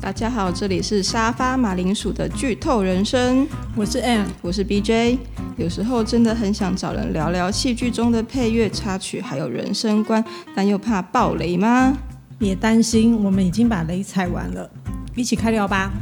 大家好，这里是沙发马铃薯的剧透人生， 我是 Ann， 我是 BJ。 有时候真的很想找人聊聊戏剧中的配乐插曲还有人生观，但又怕爆雷吗？ 别担心，我们已经把雷踩完了，一起开聊吧。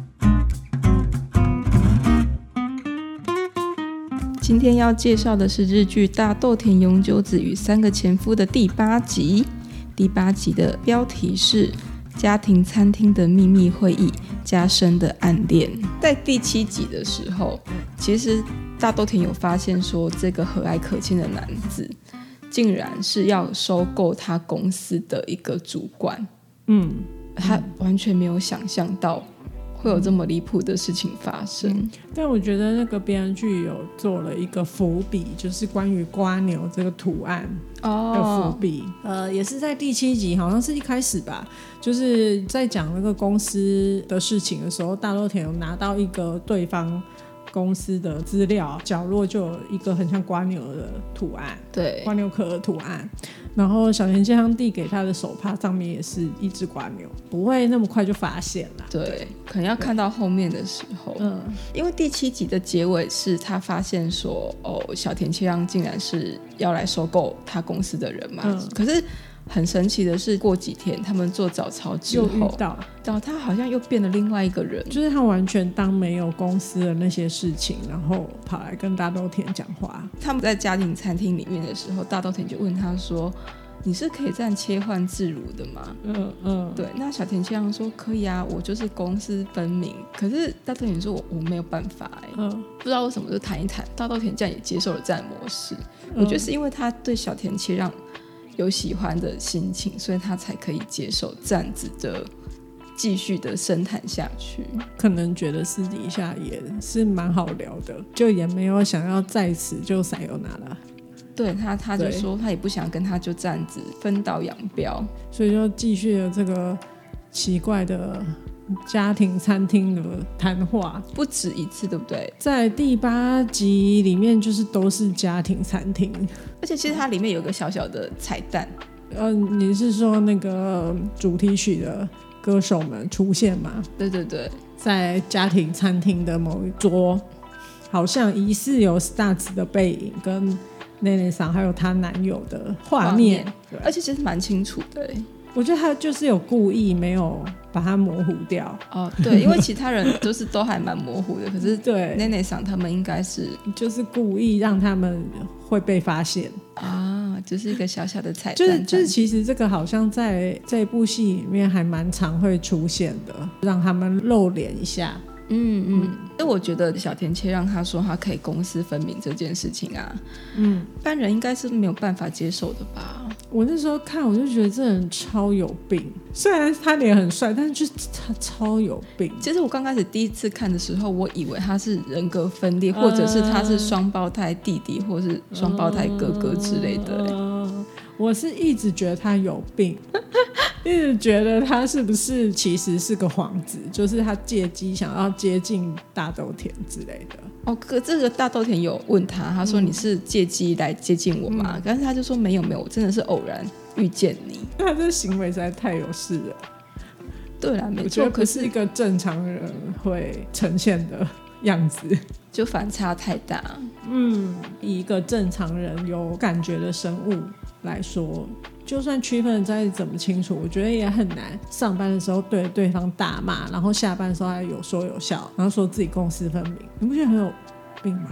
今天要介绍的是日剧《大豆田永久子与三个前夫》的第8集。第8集的标题是家庭餐厅的秘密会议，加深的暗恋。在第7集的时候，其实大豆田有发现说，这个和蔼可亲的男子竟然是要收购他公司的一个主管。他完全没有想象到会有这么离谱的事情发生。 但我觉得那个编剧有做了一个伏笔，就是关于蝸牛这个图案的伏笔。也是在第7集，好像是一开始吧，就是在讲那个公司的事情的时候，大豆田有拿到一个对方公司的资料，角落就有一个很像蝸牛的图案， 对， 蝸牛壳的图案。然后小田切香递给他的手帕上面也是一只蝸牛，不会那么快就发现啦。 对，可能要看到后面的时候。因为第7集的结尾是他发现说，小田切让竟然是要来收购他公司的人嘛。可是很神奇的是，过几天他们做早操之后， 又遇到他好像又变了另外一个人， 就是他完全当没有公司的那些事情，然后跑来跟大豆田讲话。 他们在家庭餐厅里面的时候，大豆田就问他说，你是可以这样切换自如的吗？对，那小田切让说可以啊，我就是公私分明。可是大豆田说我没有办法不知道为什么就谈一谈，大豆田竟然也接受了这样的模式。我觉得是因为他对小田切让有喜欢的心情，所以他才可以接受这样子的继续的深谈下去。 可能觉得私底下也是蛮好聊的，就也没有想要在此就撒由那拉。 对，他就说他也不想跟他就这样子分道扬镳， 所以就继续了这个奇怪的家庭餐厅的谈话， 不止一次，对不对？ 在第8集里面就是都是家庭餐厅， 而且其实它里面有个小小的彩蛋。 你是说那个主题曲的歌手们出现吗？ 对对对，在家庭餐厅的某一桌，好像疑似有 Stars 的背影跟内内桑还有她男友的画面， 而且其实蛮清楚的。 我觉得他就是有故意没有把它模糊掉。 对，因为其他人都还蛮模糊的，可是对内内桑他们应该是就是故意让他们会被发现就是一个小小的彩蛋。 就是其实这个好像在这部戏里面还蛮常会出现的，让他们露脸一下。 所以我觉得小田切让他说他可以公私分明这件事情一般人应该是没有办法接受的吧。 我那时候看我就觉得这人超有病，虽然他脸很帅，但是就是他超有病。 其实我刚开始第一次看的时候，我以为他是人格分裂，或者是他是双胞胎弟弟，或是双胞胎哥哥之类的。 我是一直觉得他有病一直觉得他是不是其实是个幌子，就是他借机想要接近大豆田之类的。 可这个大豆田有问他说你是借机来接近我吗？但是他就说没有，我真的是偶然遇见你。 他这行为实在太有事了。 对啦，没错， 我觉得不是一个正常人会呈现的样子， 就反差太大。 以一个正常人有感觉的生物来说，就算区分再怎么清楚，我觉得也很难上班的时候对对方大骂，然后下班的时候还有说有笑，然后说自己公私分明，你不觉得很有病吗？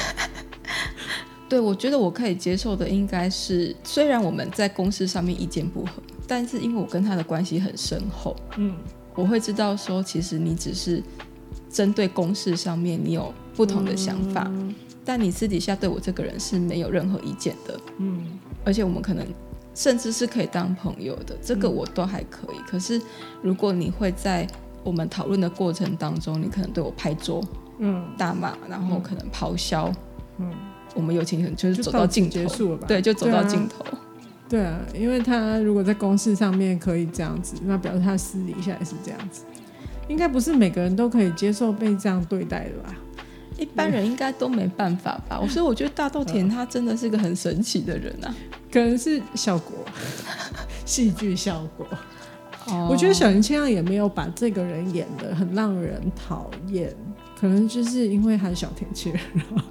对，我觉得我可以接受的应该是，虽然我们在公事上面意见不合，但是因为我跟他的关系很深厚，我会知道说其实你只是针对公事上面你有不同的想法，但你私底下对我这个人是没有任何意见的。而且我们可能甚至是可以当朋友的，这个我都还可以。可是如果你会在我们讨论的过程当中，你可能对我拍桌大骂，然后可能咆哮，我们友情可能就是走到尽头， 结束了吧？ 对，就走到尽头。 对啊，因为他如果在公事上面可以这样子，那表示他私底下也是这样子。应该不是每个人都可以接受被这样对待的吧？ 一般人应该都没办法吧。所以我觉得大豆田他真的是个很神奇的人啊。 可能是效果戏剧效果。 我觉得小林千亮也没有把这个人演得很让人讨厌，可能就是因为他是小田切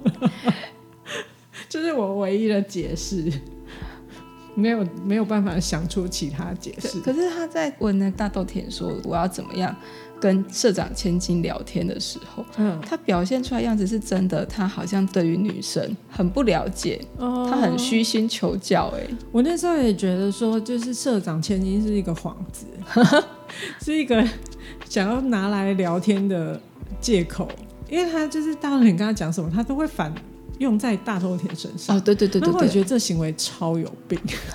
就是我唯一的解释，没有办法想出其他解释。 可是他在问那大豆田说我要怎么样跟社长千金聊天的时候，他表现出来样子是真的，他好像对于女生很不了解，他很虚心求教。 我那时候也觉得说，就是社长千金是一个幌子是一个想要拿来聊天的借口，因为他就是大豆田跟他讲什么他都会反用在大豆田身上。 对，然后我觉得这行为超有病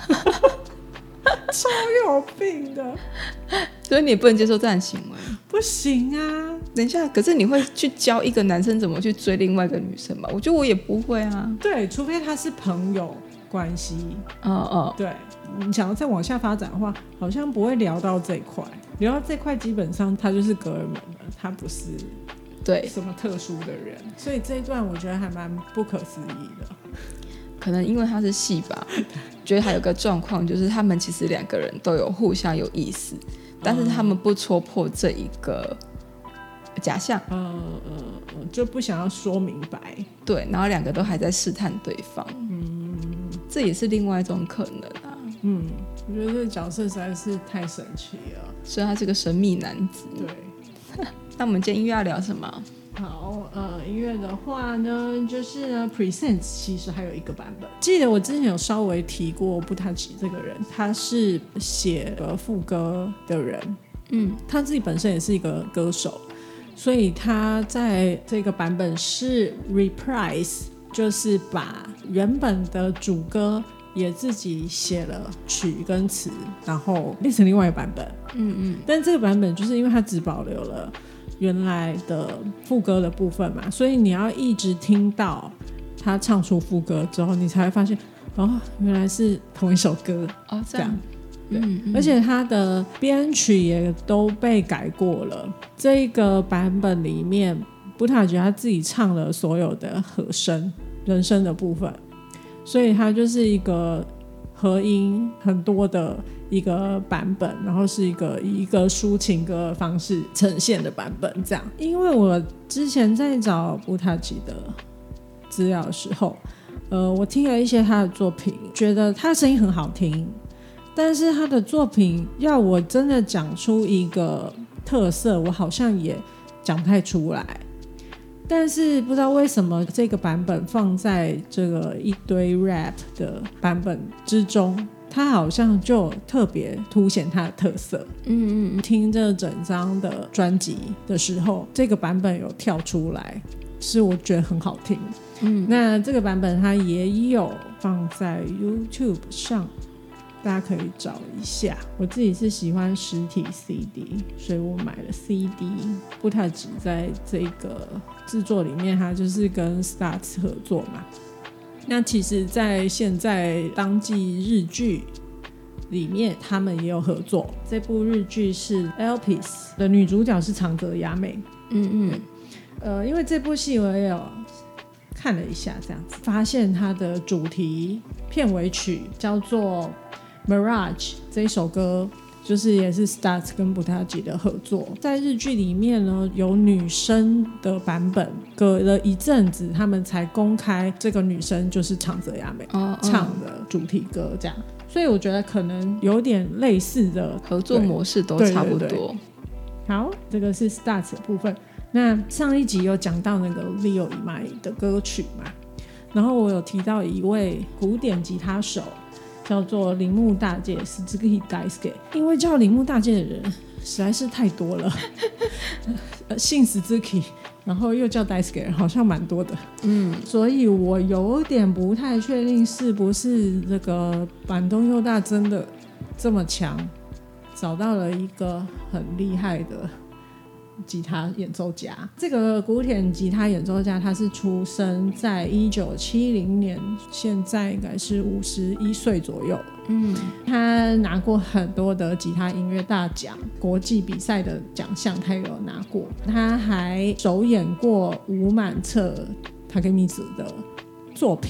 超有病的， 所以你也不能接受这样的行为。 不行啊！ 等一下，可是你会去教一个男生怎么去追另外一个女生吗？我觉得我也不会啊。 对，除非他是朋友关系。对，你想要再往下发展的话，好像不会聊到这一块。聊到这块，基本上他就是哥们了，他不是对什么特殊的人。所以这一段我觉得还蛮不可思议的。 可能因为他是戏吧，觉得还有个状况就是他们其实两个人都有互相有意思，但是他们不戳破这一个假象， 就不想要说明白。 对，然后两个都还在试探对方，这也是另外一种可能啊。 我觉得这个角色实在是太神奇了， 所以他是个神秘男子。 对， 那我们今天音乐要聊什么？ 好，音乐的话呢，就是呢 Presents 其实还有一个版本，记得我之前有稍微提过布塔吉这个人，他是写副歌的人，他自己本身也是一个歌手，所以他在这个版本是 reprise， 就是把原本的主歌也自己写了曲跟词，然后变成另外一个版本。但这个版本就是因为他只保留了原来的副歌的部分嘛，所以你要一直听到他唱出副歌之后，你才会发现原来是同一首歌。这样对，而且他的编曲也都被改过了。这个版本里面，布塔吉他自己唱了所有的和声、人声的部分，所以它就是一个和音很多的一个版本，然后是以一个抒情歌的方式呈现的版本。这样，因为我之前在找布塔吉的资料的时候，我听了一些他的作品，觉得他的声音很好听，但是他的作品要我真的讲出一个特色，我好像也讲不太出来。但是不知道为什么这个版本放在这个一堆 rap 的版本之中，它好像就特别凸显它的特色。听这整张的专辑的时候，这个版本有跳出来，是我觉得很好听。那这个版本它也有放在 YouTube 上，大家可以找一下。我自己是喜欢实体 CD， 所以我买了 CD。布塔吉在这个制作里面，他就是跟 Starz 合作嘛。那其实在现在当季日剧里面，他们也有合作。这部日剧是 Elpis 的女主角是长泽雅美。因为这部戏我也有看了一下，这样子发现它的主题片尾曲叫做Mirage， 这一首歌就是也是 Starz 跟布塔吉的合作。在日剧里面呢，有女生的版本，隔了一阵子他们才公开这个女生就是长泽雅美唱的主题歌，这样。所以我觉得可能有点类似的合作模式都差不多。对对对， 好，这个是 Starz 的部分。那上一集有讲到那个 Leo Imai 的歌曲嘛，然后我有提到一位古典吉他手叫做铃木大介 Suzuki Daisuke， 因为叫铃木大介的人实在是太多了姓 Suzuki 然后又叫 Daisuke 人好像蛮多的，所以我有点不太确定是不是这个坂东佑大真的这么强，找到了一个很厉害的吉他演奏家。这个古典吉他演奏家他是出生在1970年，现在应该是51岁左右。他拿过很多的吉他音乐大奖，国际比赛的奖项他有拿过。他还首演过吴满彻 Takemitsu 的作品。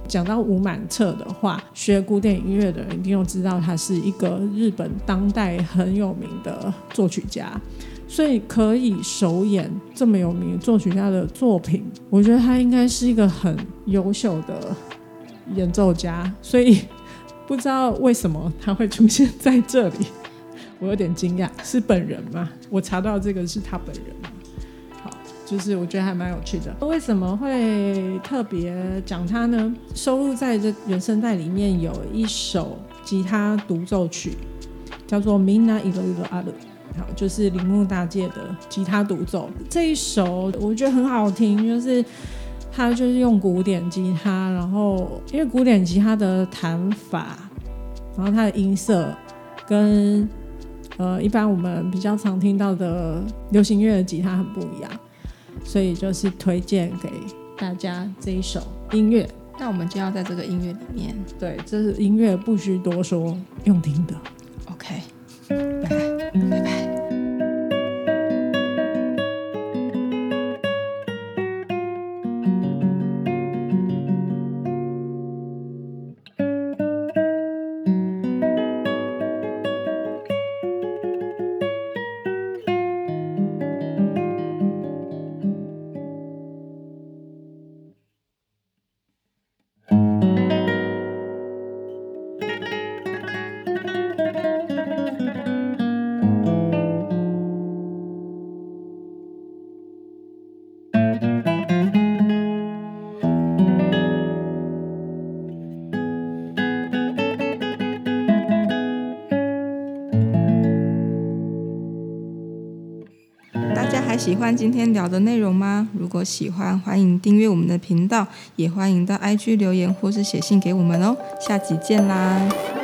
讲到伍满彻的话，学古典音乐的人一定都知道他是一个日本当代很有名的作曲家，所以可以首演这么有名的作曲家的作品，我觉得他应该是一个很优秀的演奏家，所以不知道为什么他会出现在这里，我有点惊讶。是本人吗？我查到这个是他本人吗？好，就是我觉得还蛮有趣的。为什么会特别讲他呢？收录在这原声带里面有一首吉他独奏曲，叫做 Minna Iroiro Aru， 好，就是铃木大介的吉他独奏。这一首我觉得很好听，就是他就是用古典吉他，然后因为古典吉他的弹法，然后它的音色跟一般我们比较常听到的流行乐的吉他很不一样，所以就是推荐给大家这一首音乐。 那我们就要在这个音乐里面， 对，这是音乐不需多说，用听的。 OK， 拜拜拜拜。还喜欢今天聊的内容吗？如果喜欢，欢迎订阅我们的频道，也欢迎到 IG 留言或是写信给我们哦。下集见啦！